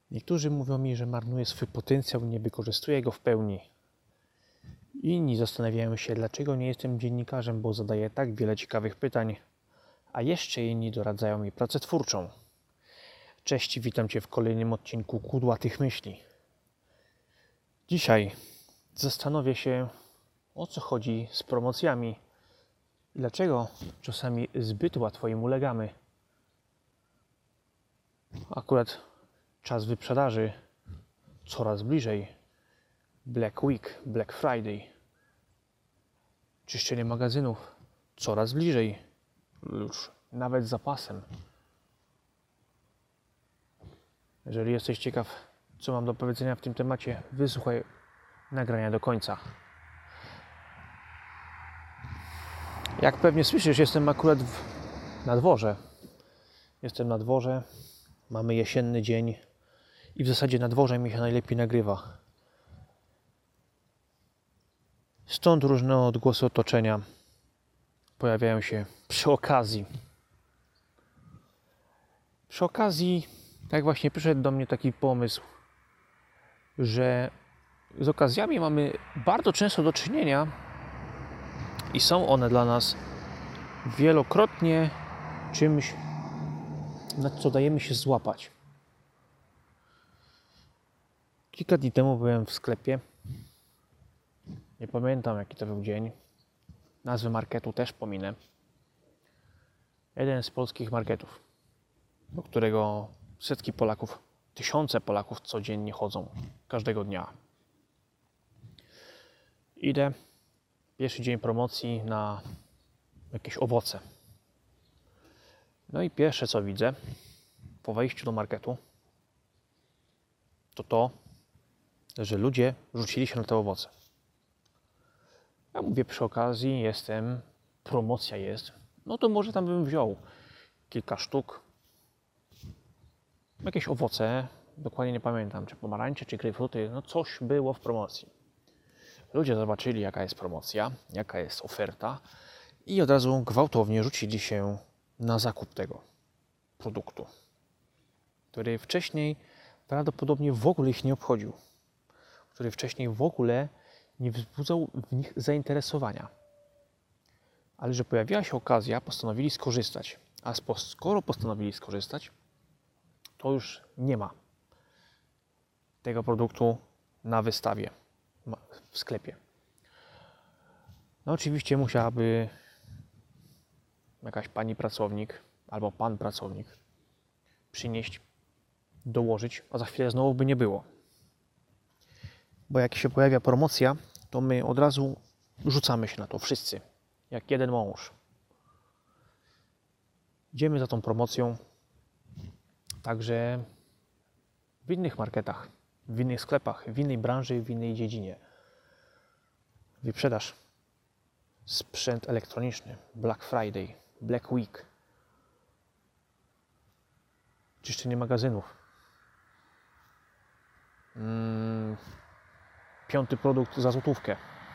Niektórzy mówią mi, że marnuję swój potencjał i nie wykorzystuję go w pełni. Inni zastanawiają się, dlaczego nie jestem dziennikarzem, bo zadaję tak wiele ciekawych pytań, a jeszcze inni doradzają mi pracę twórczą. Cześć, witam Cię w kolejnym odcinku Kudłatych Myśli. Dzisiaj zastanowię się, o co chodzi z promocjami i dlaczego czasami zbyt łatwo im ulegamy. Akurat czas wyprzedaży coraz bliżej. Black Week, Black Friday. Czyszczenie magazynów coraz bliżej. Już nawet z zapasem. Jeżeli jesteś ciekaw, co mam do powiedzenia w tym temacie, wysłuchaj nagrania do końca. Jak pewnie słyszysz, jestem akurat na dworze. Jestem na dworze, mamy jesienny dzień i w zasadzie na dworze mi się najlepiej nagrywa. Stąd różne odgłosy otoczenia pojawiają się przy okazji. Przy okazji, tak właśnie przyszedł do mnie taki pomysł, że z okazjami mamy bardzo często do czynienia i są one dla nas wielokrotnie czymś, na co dajemy się złapać. Kilka dni temu byłem w sklepie. Nie pamiętam, jaki to był dzień. Nazwę marketu też pominę. Jeden z polskich marketów, do którego setki Polaków, tysiące Polaków codziennie chodzą. Każdego dnia. Idę. Pierwszy dzień promocji na jakieś owoce. No i pierwsze, co widzę po wejściu do marketu, to, że ludzie rzucili się na te owoce. Ja mówię, przy okazji promocja jest, no to może tam bym wziął kilka sztuk. Jakieś owoce, dokładnie nie pamiętam, czy pomarańcze, czy grejpfruty, no coś było w promocji. Ludzie zobaczyli, jaka jest promocja, jaka jest oferta i od razu gwałtownie rzucili się na zakup tego produktu, który wcześniej prawdopodobnie w ogóle ich nie obchodził, który wcześniej w ogóle nie wzbudzał w nich zainteresowania. Ale że pojawiła się okazja, postanowili skorzystać. A skoro postanowili skorzystać, to już nie ma tego produktu na wystawie, w sklepie. No oczywiście musiałaby jakaś pani pracownik albo pan pracownik przynieść, dołożyć, a za chwilę znowu by nie było. Bo jak się pojawia promocja, to my od razu rzucamy się na to wszyscy, jak jeden mąż. Idziemy za tą promocją także w innych marketach, w innych sklepach, w innej branży, w innej dziedzinie. Wyprzedaż, sprzęt elektroniczny, Black Friday, Black Week, czyszczenie magazynów. Piąty produkt za złotówkę.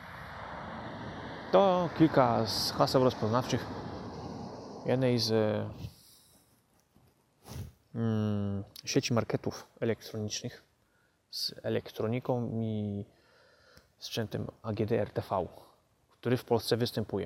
To kilka z haseł rozpoznawczych jednej z sieci marketów elektronicznych z elektroniką i sprzętem AGD RTV, który w Polsce występuje.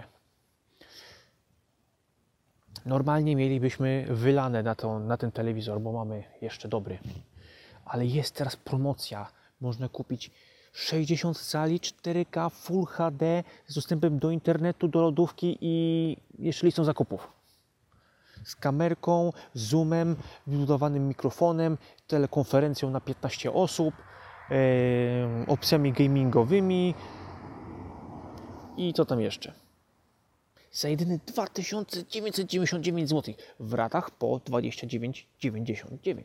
Normalnie mielibyśmy wylane na ten telewizor, bo mamy jeszcze dobry. Ale jest teraz promocja. Można kupić 60 cali 4K Full HD z dostępem do internetu, do lodówki i jeszcze listą zakupów. Z kamerką, zoomem, wybudowanym mikrofonem, telekonferencją na 15 osób, opcjami gamingowymi i co tam jeszcze. Za jedyne 2999 zł w ratach po 29,99.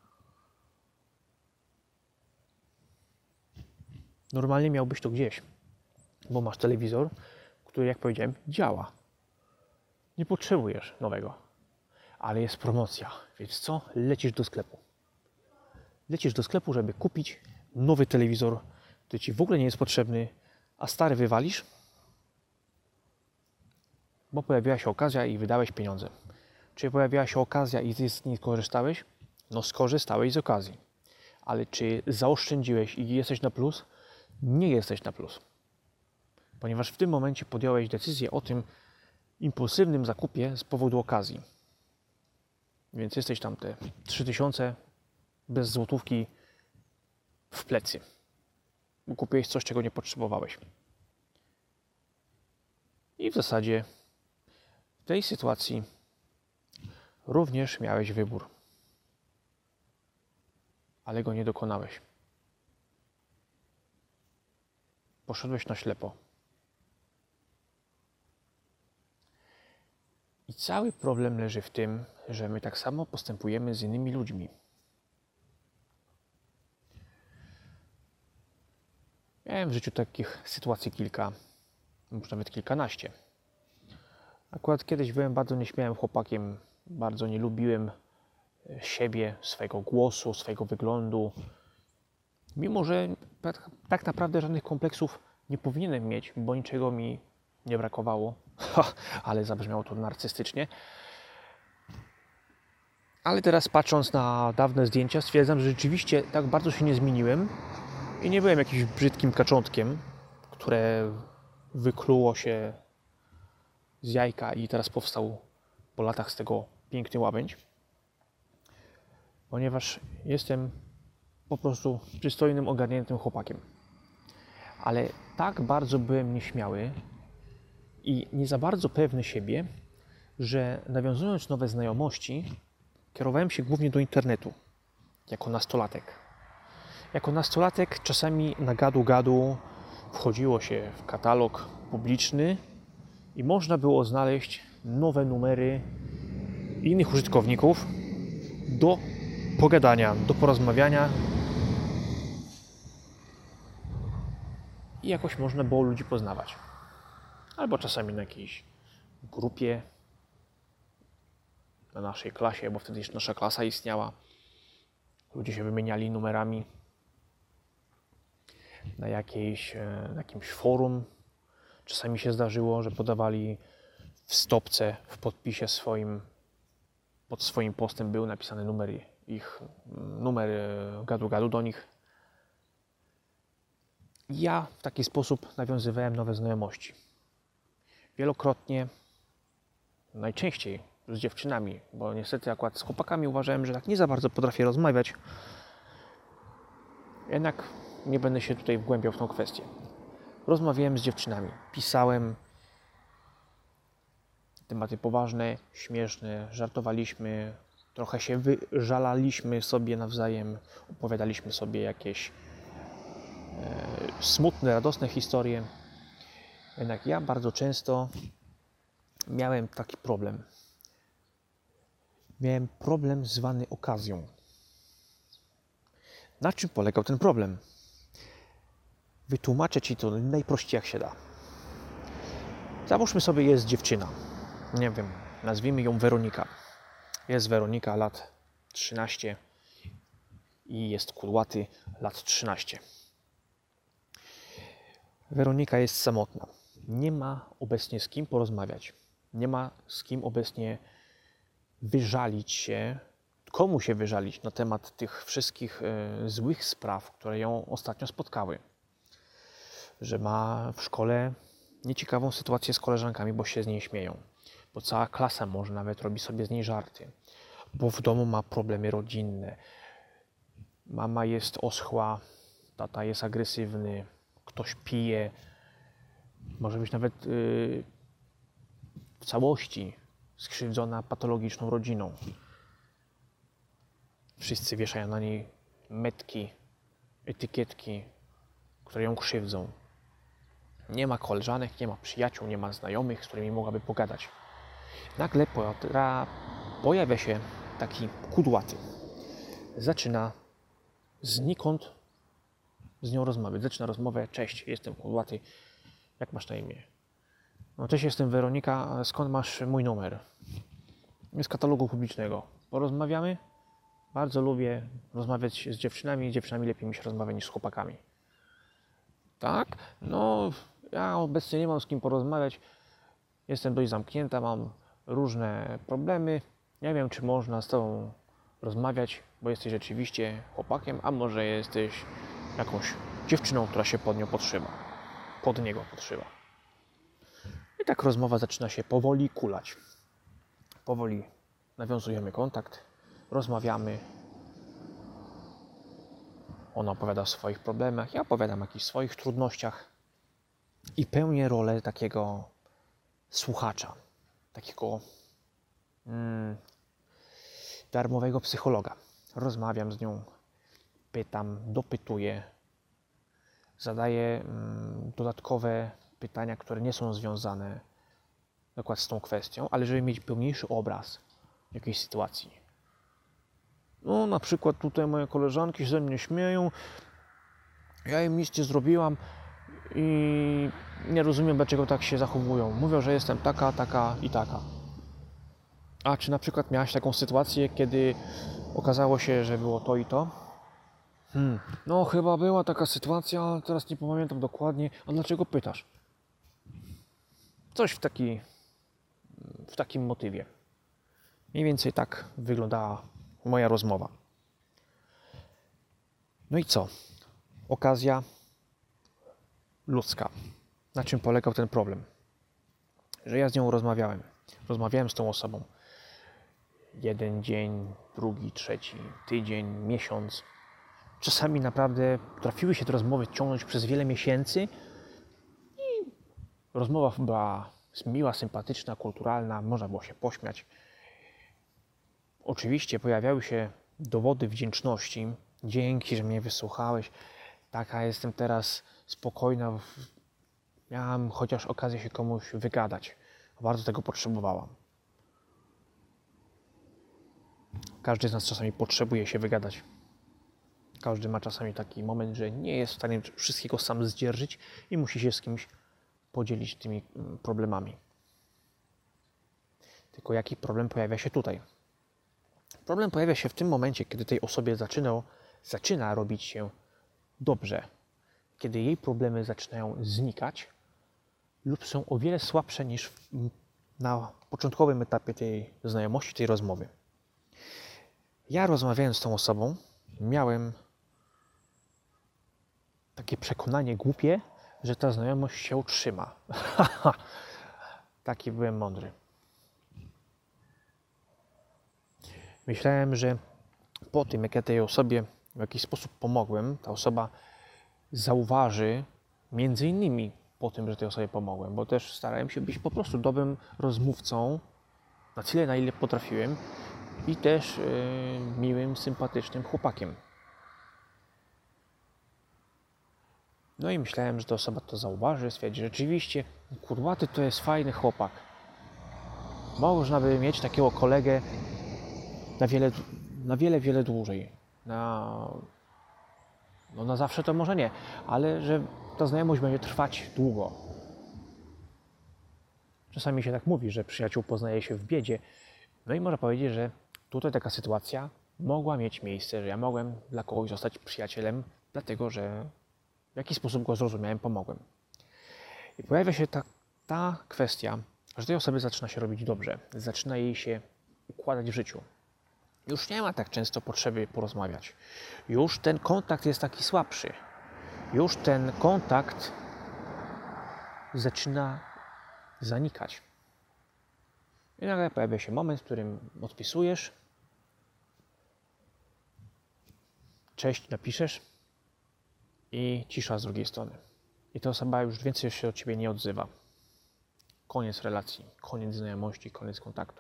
Normalnie miałbyś to gdzieś, bo masz telewizor, który, jak powiedziałem, działa. Nie potrzebujesz nowego, ale jest promocja, więc co? Lecisz do sklepu. Lecisz do sklepu, żeby kupić nowy telewizor, który Ci w ogóle nie jest potrzebny, a stary wywalisz, bo pojawiła się okazja i wydałeś pieniądze. Czy pojawiła się okazja i Ty z niej skorzystałeś? No skorzystałeś z okazji. Ale czy zaoszczędziłeś i jesteś na plus? Nie jesteś na plus. Ponieważ w tym momencie podjąłeś decyzję o tym impulsywnym zakupie z powodu okazji. Więc jesteś tam te 3000 bez złotówki w plecy. Bo kupiłeś coś, czego nie potrzebowałeś. I w zasadzie w tej sytuacji również miałeś wybór. Ale go nie dokonałeś. Poszedłeś na ślepo. I cały problem leży w tym, że my tak samo postępujemy z innymi ludźmi. Miałem w życiu takich sytuacji kilka, może nawet kilkanaście. Akurat kiedyś byłem bardzo nieśmiałym chłopakiem, bardzo nie lubiłem siebie, swojego głosu, swojego wyglądu. Mimo że tak naprawdę żadnych kompleksów nie powinienem mieć, bo niczego mi nie brakowało. Ale zabrzmiało to narcystycznie. Ale teraz patrząc na dawne zdjęcia stwierdzam, że rzeczywiście tak bardzo się nie zmieniłem i nie byłem jakimś brzydkim kaczątkiem, które wykluło się z jajka i teraz powstał po latach z tego piękny łabędź. Ponieważ jestem po prostu przystojnym, ogarniętym chłopakiem. Ale tak bardzo byłem nieśmiały i nie za bardzo pewny siebie, że nawiązując nowe znajomości, kierowałem się głównie do internetu, jako nastolatek. Jako nastolatek czasami na gadu wchodziło się w katalog publiczny i można było znaleźć nowe numery innych użytkowników do pogadania, do porozmawiania i jakoś można było ludzi poznawać. Albo czasami na jakiejś grupie, na naszej klasie, bo wtedy jeszcze nasza klasa istniała. Ludzie się wymieniali numerami na jakimś forum. Czasami się zdarzyło, że podawali w stopce, w podpisie swoim, pod swoim postem był napisany numer gadu do nich. Ja w taki sposób nawiązywałem nowe znajomości. Wielokrotnie, najczęściej z dziewczynami, bo niestety akurat z chłopakami uważałem, że tak nie za bardzo potrafię rozmawiać. Jednak nie będę się tutaj wgłębiał w tą kwestię. Rozmawiałem z dziewczynami, pisałem tematy poważne, śmieszne, żartowaliśmy, trochę się wyżalaliśmy sobie nawzajem, opowiadaliśmy sobie jakieś smutne, radosne historie. Jednak ja bardzo często miałem taki problem. Miałem problem zwany okazją. Na czym polegał ten problem? Wytłumaczę Ci to najprościej jak się da. Załóżmy sobie, jest dziewczyna. Nie wiem, nazwijmy ją Weronika. Jest Weronika, lat 13 i jest kudłaty, lat 13. Weronika jest samotna. Nie ma obecnie z kim porozmawiać. Nie ma z kim obecnie wyżalić się, komu się wyżalić na temat tych wszystkich złych spraw, które ją ostatnio spotkały. Że ma w szkole nieciekawą sytuację z koleżankami, bo się z niej śmieją. Bo cała klasa może nawet robi sobie z niej żarty. Bo w domu ma problemy rodzinne. Mama jest oschła, tata jest agresywny, ktoś pije. Może być nawet w całości skrzywdzona patologiczną rodziną. Wszyscy wieszają na niej metki, etykietki, które ją krzywdzą. Nie ma koleżanek, nie ma przyjaciół, nie ma znajomych, z którymi mogłaby pogadać. Nagle pojawia się taki kudłaty. Zaczyna znikąd z nią rozmawiać. Zaczyna rozmowę: cześć, jestem kudłaty, jak masz na imię? No cześć, jestem Weronika, a skąd masz mój numer? Z katalogu publicznego. Porozmawiamy? Bardzo lubię rozmawiać z dziewczynami. Z dziewczynami lepiej mi się rozmawia niż z chłopakami. Tak? No, ja obecnie nie mam z kim porozmawiać. Jestem dość zamknięta, mam różne problemy. Nie wiem, czy można z tobą rozmawiać, bo jesteś rzeczywiście chłopakiem, a może jesteś jakąś dziewczyną, która się pod niego podszywa. I tak rozmowa zaczyna się powoli kulać. Powoli nawiązujemy kontakt, rozmawiamy. Ona opowiada o swoich problemach, ja opowiadam o jakichś swoich trudnościach i pełnię rolę takiego słuchacza, takiego darmowego psychologa. Rozmawiam z nią, pytam, dopytuję, zadaję dodatkowe pytania, które nie są związane dokładnie z tą kwestią, ale żeby mieć pełniejszy obraz jakiejś sytuacji. No, na przykład tutaj moje koleżanki się ze mnie śmieją, ja im nic nie zrobiłam i nie rozumiem, dlaczego tak się zachowują. Mówią, że jestem taka, taka i taka. A czy na przykład miałaś taką sytuację, kiedy okazało się, że było to i to? No, chyba była taka sytuacja, ale teraz nie pamiętam dokładnie. A dlaczego pytasz? Coś w takim motywie. Mniej więcej tak wyglądała moja rozmowa. No i co? Okazja ludzka. Na czym polegał ten problem? Że ja z nią rozmawiałem. Rozmawiałem z tą osobą. Jeden dzień, drugi, trzeci, tydzień, miesiąc. Czasami naprawdę trafiły się te rozmowy ciągnąć przez wiele miesięcy i rozmowa była miła, sympatyczna, kulturalna, można było się pośmiać. Oczywiście pojawiały się dowody wdzięczności. Dzięki, że mnie wysłuchałeś. Taka jestem teraz spokojna. Miałam chociaż okazję się komuś wygadać. Bardzo tego potrzebowałam. Każdy z nas czasami potrzebuje się wygadać. Każdy ma czasami taki moment, że nie jest w stanie wszystkiego sam zdzierżyć i musi się z kimś podzielić tymi problemami. Tylko jaki problem pojawia się tutaj? Problem pojawia się w tym momencie, kiedy tej osobie zaczyna robić się dobrze. Kiedy jej problemy zaczynają znikać lub są o wiele słabsze niż na początkowym etapie tej znajomości, tej rozmowy. Ja rozmawiając z tą osobą miałem takie przekonanie głupie, że ta znajomość się utrzyma. Taki byłem mądry. Myślałem, że po tym, jak ja tej osobie w jakiś sposób pomogłem, ta osoba zauważy, między innymi po tym, że tej osobie pomogłem, bo też starałem się być po prostu dobrym rozmówcą, na tyle, na ile potrafiłem i też miłym, sympatycznym chłopakiem. No i myślałem, że ta osoba to zauważy, stwierdzi, że rzeczywiście, kurwaty to jest fajny chłopak. Można by mieć takiego kolegę na wiele dłużej. Na zawsze to może nie, ale że ta znajomość będzie trwać długo. Czasami się tak mówi, że przyjaciół poznaje się w biedzie. No i można powiedzieć, że tutaj taka sytuacja mogła mieć miejsce, że ja mogłem dla kogoś zostać przyjacielem, dlatego że w jakiś sposób go zrozumiałem, pomogłem. I pojawia się ta kwestia, że tej osobie zaczyna się robić dobrze, zaczyna jej się układać w życiu. Już nie ma tak często potrzeby porozmawiać. Już ten kontakt jest taki słabszy. Już ten kontakt zaczyna zanikać. I nagle pojawia się moment, w którym odpisujesz, cześć napiszesz i cisza z drugiej strony. I ta osoba już więcej się od ciebie nie odzywa. Koniec relacji, koniec znajomości, koniec kontaktu.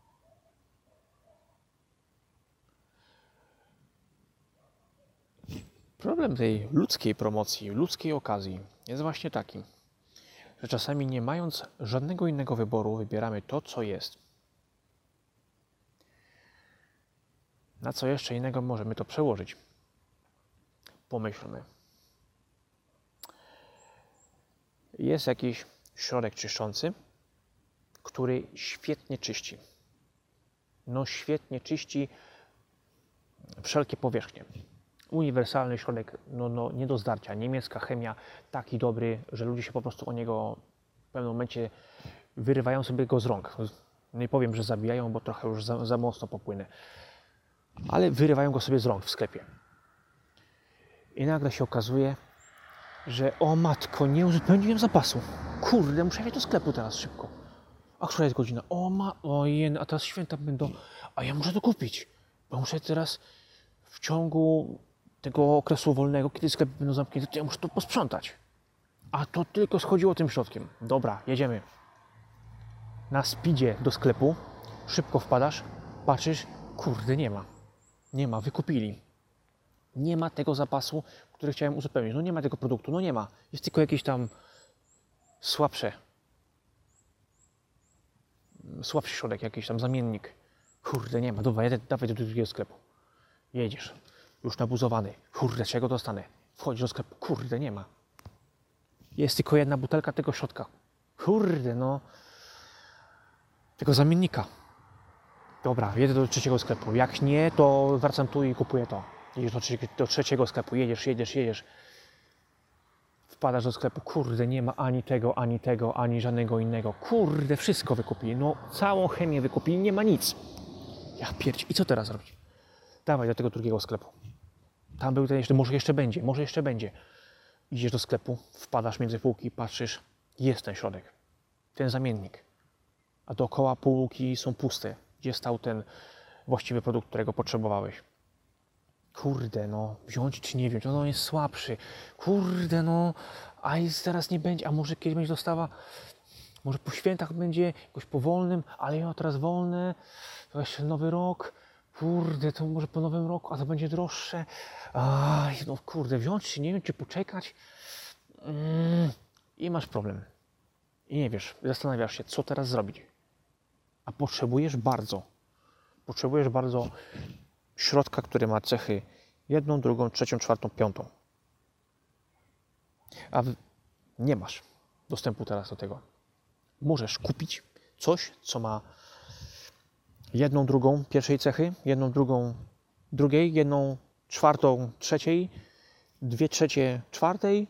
Problem tej ludzkiej promocji, ludzkiej okazji jest właśnie taki, że czasami nie mając żadnego innego wyboru, wybieramy to, co jest. Na co jeszcze innego możemy to przełożyć? Pomyślmy. Jest jakiś środek czyszczący, który świetnie czyści. Świetnie czyści wszelkie powierzchnie. Uniwersalny środek, nie do zdarcia. Niemiecka chemia, taki dobry, że ludzie się po prostu o niego w pewnym momencie wyrywają sobie go z rąk. Nie powiem, że zabijają, bo trochę już za mocno popłynę. ale wyrywają go sobie z rąk w sklepie. I nagle się okazuje, że o matko, nie uzupełniłem zapasu. Kurde, muszę jechać do sklepu teraz szybko. A która jest godzina? Ojej, a teraz święta będą, a ja muszę to kupić. Bo muszę teraz w ciągu tego okresu wolnego, kiedy sklepy będą zamknięte, to ja muszę to posprzątać. A to tylko schodziło tym środkiem. Dobra, jedziemy. Na speedzie do sklepu, szybko wpadasz, patrzysz, kurde, nie ma. Nie ma, wykupili. Nie ma tego zapasu, który chciałem uzupełnić. No nie ma tego produktu, no nie ma. Jest tylko jakieś tam słabszy środek, jakiś tam zamiennik. Kurde, nie ma. Dobra, dawaj do drugiego sklepu. Jedziesz. Już nabuzowany. Kurde, czego dostanę? Wchodzisz do sklepu. Kurde, nie ma. Jest tylko jedna butelka tego środka. Kurde, no. Tego zamiennika. Dobra, jedę do trzeciego sklepu. Jak nie, to wracam tu i kupuję to. Jedziesz do trzeciego sklepu. Jedziesz. Wpadasz do sklepu. Kurde, nie ma ani tego, ani żadnego innego. Kurde, wszystko wykupili. No, całą chemię wykupili. Nie ma nic. Ja pierdzie. I co teraz robić? Dawaj do tego drugiego sklepu. Tam był ten jeszcze, może jeszcze będzie. Idziesz do sklepu, wpadasz między półki, patrzysz, jest ten środek, ten zamiennik. A dookoła półki są puste, gdzie stał ten właściwy produkt, którego potrzebowałeś. Kurde, no, wziąć czy nie wziąć, on jest słabszy. Kurde, no, a jest teraz nie będzie, a może kiedyś będzie dostawa, może po świętach będzie jakoś powolnym, ale ja teraz wolne, to jeszcze nowy rok. Kurde, to może po nowym roku, a to będzie droższe. Aj, no kurde, wziąć czy nie wiem, czy poczekać. I masz problem. I nie wiesz, zastanawiasz się, co teraz zrobić. A potrzebujesz bardzo środka, który ma cechy 1, 2, 3, 4, 5. A nie masz dostępu teraz do tego. Możesz kupić coś, co ma 1, 2 pierwszej cechy, 1, 2 drugiej, 1 czwartą trzeciej, 2 trzecie czwartej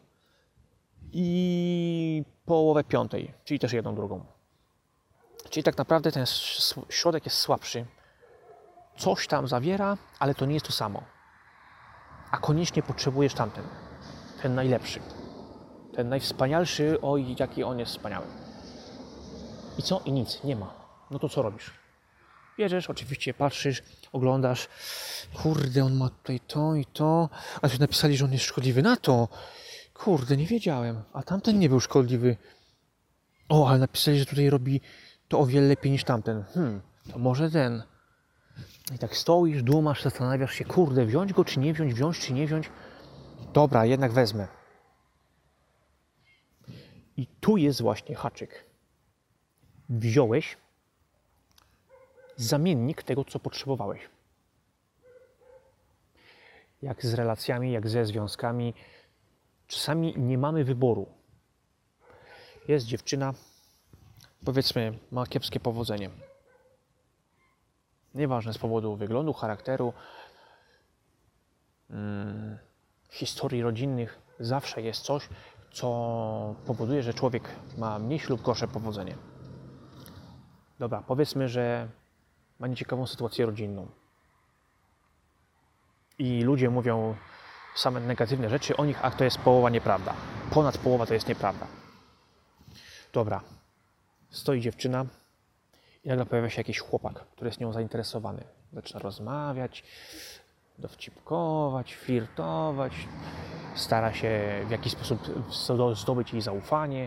i połowę piątej, czyli też 1 drugą. Czyli tak naprawdę ten środek jest słabszy. Coś tam zawiera, ale to nie jest to samo. A koniecznie potrzebujesz tamten. Ten najlepszy. Ten najwspanialszy, oj, jaki on jest wspaniały. I co? I nic, nie ma. No to co robisz? Bierzesz, oczywiście patrzysz, oglądasz. Kurde, on ma tutaj to i to. A tu napisali, że on jest szkodliwy na to. Kurde, nie wiedziałem. A tamten nie był szkodliwy. O, ale napisali, że tutaj robi to o wiele lepiej niż tamten. To może ten. I tak stoisz, dumasz, zastanawiasz się, kurde, wziąć go czy nie wziąć, wziąć czy nie wziąć. Dobra, jednak wezmę. I tu jest właśnie haczyk. Wziąłeś zamiennik tego, co potrzebowałeś. Jak z relacjami, jak ze związkami. Czasami nie mamy wyboru. Jest dziewczyna, powiedzmy, ma kiepskie powodzenie. Nieważne z powodu wyglądu, charakteru, historii rodzinnych. Zawsze jest coś, co powoduje, że człowiek ma mniejsze lub gorsze powodzenie. Dobra, powiedzmy, że ma nieciekawą sytuację rodzinną. I ludzie mówią same negatywne rzeczy o nich, a to jest połowa nieprawda. Ponad połowa to jest nieprawda. Dobra, stoi dziewczyna i nagle pojawia się jakiś chłopak, który jest nią zainteresowany. Zaczyna rozmawiać, dowcipkować, flirtować, stara się w jakiś sposób zdobyć jej zaufanie.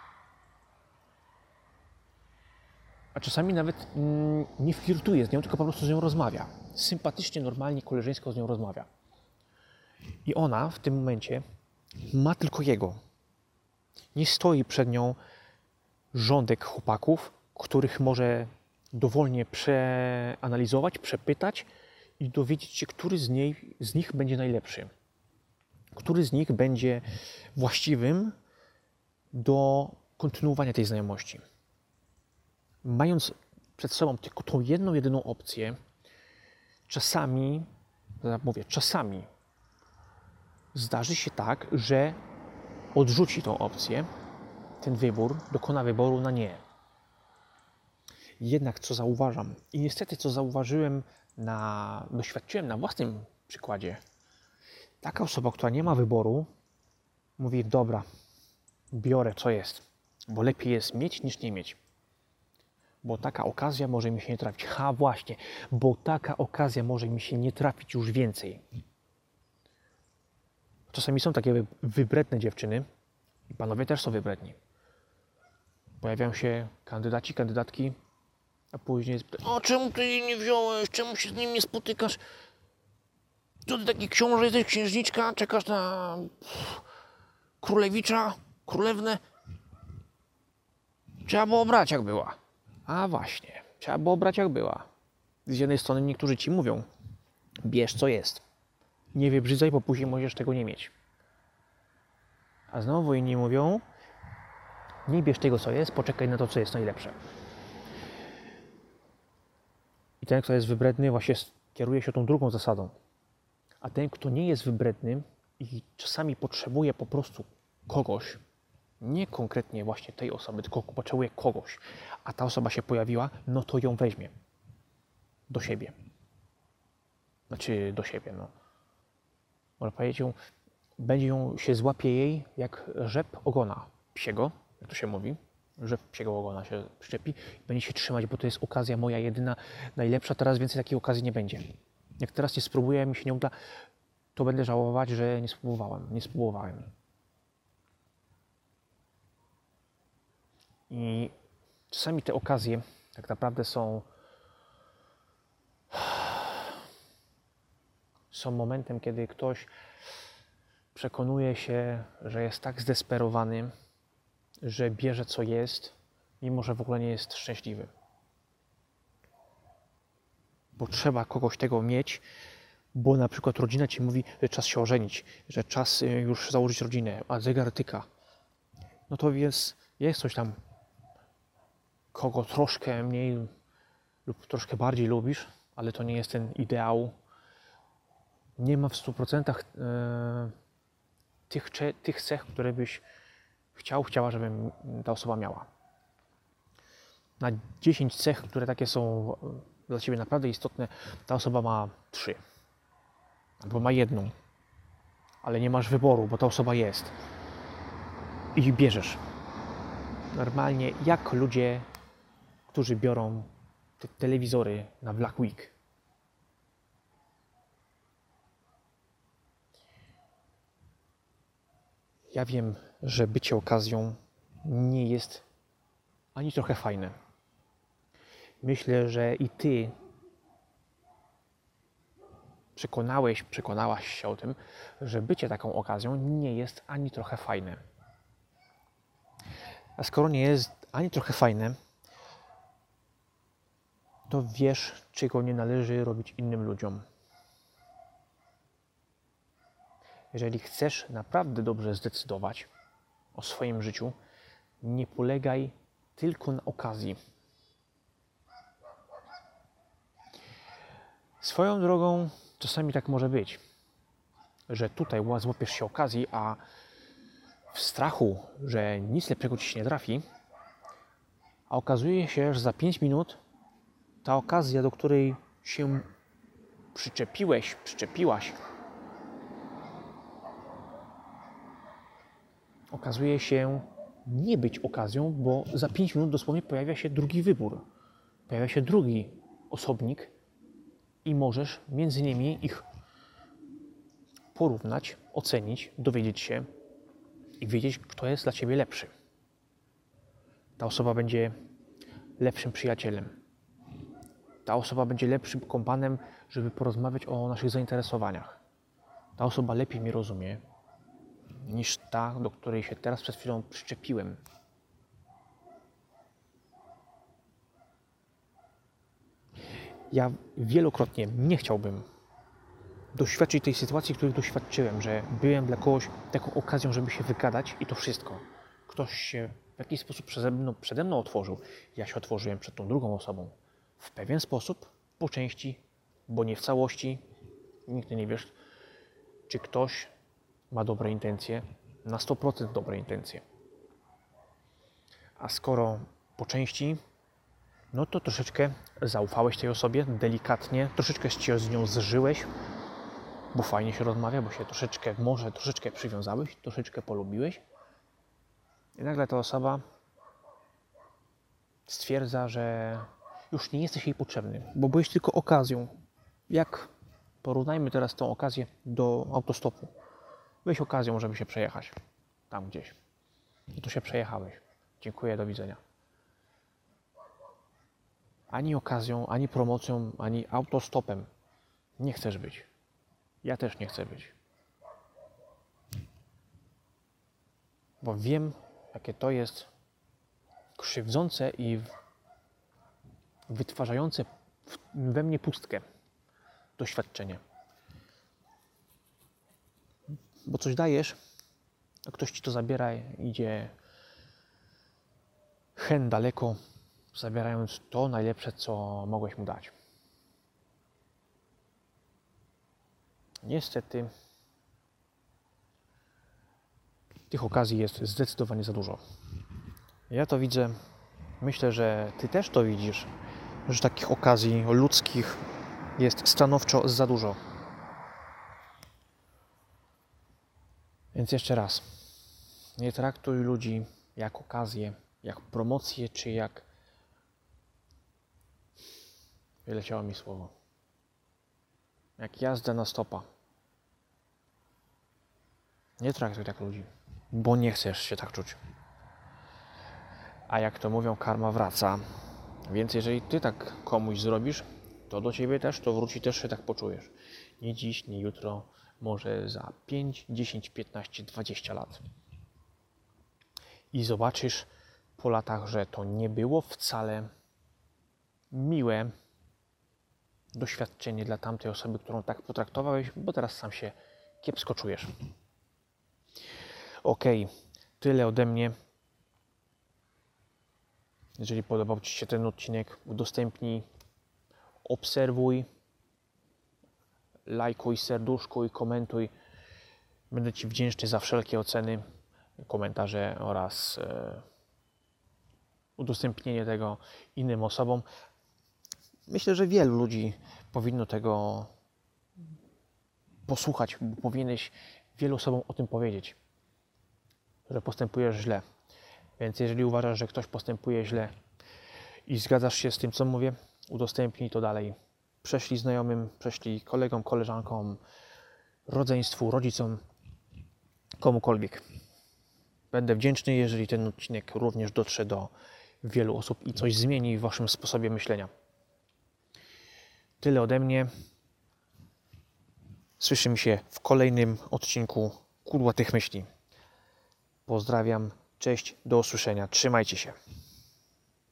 A czasami nawet nie flirtuje z nią, tylko po prostu z nią rozmawia. Sympatycznie, normalnie, koleżeńsko z nią rozmawia. I ona w tym momencie ma tylko jego. Nie stoi przed nią rządek chłopaków, których może dowolnie przeanalizować, przepytać i dowiedzieć się, który z nich będzie najlepszy. Który z nich będzie właściwym do kontynuowania tej znajomości. Mając przed sobą tylko tą jedną, jedyną opcję, czasami zdarzy się tak, że odrzuci tą opcję, ten wybór, dokona wyboru na nie. Jednak co zauważam i niestety co zauważyłem doświadczyłem na własnym przykładzie. Taka osoba, która nie ma wyboru, mówi, dobra, biorę co jest, bo lepiej jest mieć niż nie mieć. Bo taka okazja może mi się nie trafić. Właśnie, bo taka okazja może mi się nie trafić już więcej. Czasami są takie wybredne dziewczyny i panowie też są wybredni. Pojawiają się kandydatki, a później o, czemu ty jej nie wziąłeś? Czemu się z nim nie spotykasz? Co ty taki książę jesteś, księżniczka? Czekasz na królewicza, królewnę? Trzeba było brać jak była. A właśnie, trzeba było brać jak była. Z jednej strony niektórzy ci mówią, bierz co jest. Nie wybrzydzaj, bo później możesz tego nie mieć. A znowu inni mówią, nie bierz tego co jest, poczekaj na to, co jest najlepsze. I ten, kto jest wybredny, właśnie kieruje się tą drugą zasadą. A ten, kto nie jest wybredny i czasami potrzebuje po prostu kogoś, nie konkretnie właśnie tej osoby, tylko potrzebuje kogoś, a ta osoba się pojawiła, no to ją weźmie do siebie. Znaczy do siebie, no. Można powiedzieć, się złapie jej jak rzep ogona psiego, jak to się mówi. Rzep psiego ogona się przyczepi i będzie się trzymać, bo to jest okazja moja jedyna, najlepsza, teraz więcej takiej okazji nie będzie. Jak teraz nie spróbuję, mi się nie uda, to będę żałować, że nie spróbowałem. I czasami te okazje tak naprawdę są momentem, kiedy ktoś przekonuje się, że jest tak zdesperowany, że bierze co jest, mimo że w ogóle nie jest szczęśliwy. Bo trzeba kogoś tego mieć, bo na przykład rodzina ci mówi, że czas się ożenić, że czas już założyć rodzinę, a zegar tyka. No to więc jest coś tam, kogo troszkę mniej lub troszkę bardziej lubisz, ale to nie jest ten ideał. Nie ma w 100% tych cech, które byś chciała, żeby ta osoba miała. Na 10 cech, które takie są dla ciebie naprawdę istotne, ta osoba ma 3. Albo ma 1. Ale nie masz wyboru, bo ta osoba jest. I bierzesz. Normalnie jak ludzie, którzy biorą te telewizory na Black Week. Ja wiem, że bycie okazją nie jest ani trochę fajne. Myślę, że i ty przekonałaś się o tym, że bycie taką okazją nie jest ani trochę fajne. A skoro nie jest ani trochę fajne, to wiesz, czego nie należy robić innym ludziom. Jeżeli chcesz naprawdę dobrze zdecydować o swoim życiu, nie polegaj tylko na okazji. Swoją drogą czasami tak może być, że tutaj złapiesz się okazji, a w strachu, że nic lepszego ci się nie trafi, a okazuje się, że za 5 minut ta okazja, do której się przyczepiłaś, okazuje się nie być okazją, bo za 5 minut dosłownie pojawia się drugi wybór. Pojawia się drugi osobnik i możesz między nimi ich porównać, ocenić, dowiedzieć się i wiedzieć, kto jest dla ciebie lepszy. Ta osoba będzie lepszym przyjacielem. Ta osoba będzie lepszym kompanem, żeby porozmawiać o naszych zainteresowaniach. Ta osoba lepiej mnie rozumie niż ta, do której się teraz przed chwilą przyczepiłem. Ja wielokrotnie nie chciałbym doświadczyć tej sytuacji, której doświadczyłem, że byłem dla kogoś taką okazją, żeby się wygadać i to wszystko. Ktoś się w jakiś sposób przede mną otworzył. Ja się otworzyłem przed tą drugą osobą. W pewien sposób, po części, bo nie w całości. Nigdy nie wiesz, czy ktoś ma dobre intencje, na 100% dobre intencje. A skoro po części no to troszeczkę zaufałeś tej osobie, delikatnie, troszeczkę się z nią zżyłeś, bo fajnie się rozmawia, bo się troszeczkę przywiązałeś, troszeczkę polubiłeś i nagle ta osoba stwierdza, że już nie jesteś jej potrzebny, bo byłeś tylko okazją. Jak porównajmy teraz tą okazję do autostopu. Byłeś okazją, żeby się przejechać tam gdzieś. I tu się przejechałeś. Dziękuję, do widzenia. Ani okazją, ani promocją, ani autostopem nie chcesz być. Ja też nie chcę być. Bo wiem, jakie to jest krzywdzące i wytwarzające we mnie pustkę doświadczenie. Bo coś dajesz, a ktoś ci to zabiera, idzie hen daleko, zabierając to najlepsze, co mogłeś mu dać. Niestety tych okazji jest zdecydowanie za dużo. Ja to widzę, myślę, że ty też to widzisz, że takich okazji ludzkich jest stanowczo za dużo. Więc jeszcze raz, nie traktuj ludzi jak okazję, jak promocję, czy jak... Wyleciało mi słowo. Jak jazdę na stopa. Nie traktuj tak ludzi, bo nie chcesz się tak czuć. A jak to mówią, karma wraca. Więc jeżeli ty tak komuś zrobisz, to do ciebie też to wróci, też się tak poczujesz. Nie dziś, nie jutro, może za 5, 10, 15, 20 lat. I zobaczysz po latach, że to nie było wcale miłe doświadczenie dla tamtej osoby, którą tak potraktowałeś, bo teraz sam się kiepsko czujesz. Okej, tyle ode mnie. Jeżeli podobał ci się ten odcinek, udostępnij, obserwuj, lajkuj, serduszkuj, komentuj. Będę ci wdzięczny za wszelkie oceny, komentarze oraz udostępnienie tego innym osobom. Myślę, że wielu ludzi powinno tego posłuchać, bo powinieneś wielu osobom o tym powiedzieć, że postępujesz źle. Więc jeżeli uważasz, że ktoś postępuje źle i zgadzasz się z tym, co mówię, udostępnij to dalej. Prześlij znajomym, prześlij kolegom, koleżankom, rodzeństwu, rodzicom, komukolwiek. Będę wdzięczny, jeżeli ten odcinek również dotrze do wielu osób i coś zmieni w waszym sposobie myślenia. Tyle ode mnie. Słyszymy się w kolejnym odcinku Kudłatych Myśli. Pozdrawiam, cześć, do usłyszenia. Trzymajcie się.